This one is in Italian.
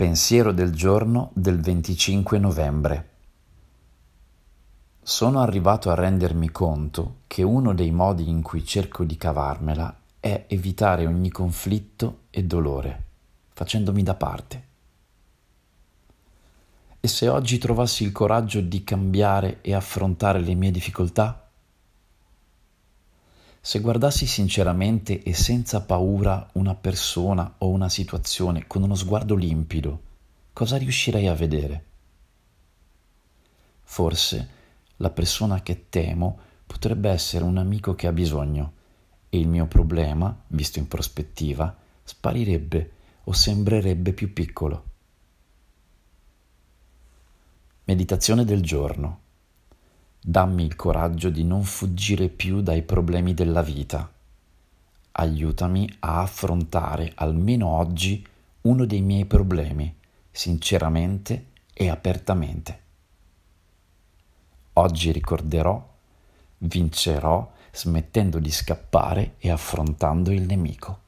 Pensiero del giorno del 25 novembre. Sono arrivato a rendermi conto che uno dei modi in cui cerco di cavarmela è evitare ogni conflitto e dolore, facendomi da parte. E se oggi trovassi il coraggio di cambiare e affrontare le mie difficoltà? Se guardassi sinceramente e senza paura una persona o una situazione con uno sguardo limpido, cosa riuscirei a vedere? Forse la persona che temo potrebbe essere un amico che ha bisogno e il mio problema, visto in prospettiva, sparirebbe o sembrerebbe più piccolo. Meditazione del giorno. Dammi il coraggio di non fuggire più dai problemi della vita. Aiutami a affrontare almeno oggi uno dei miei problemi, sinceramente e apertamente. Oggi ricorderò, vincerò smettendo di scappare e affrontando il nemico.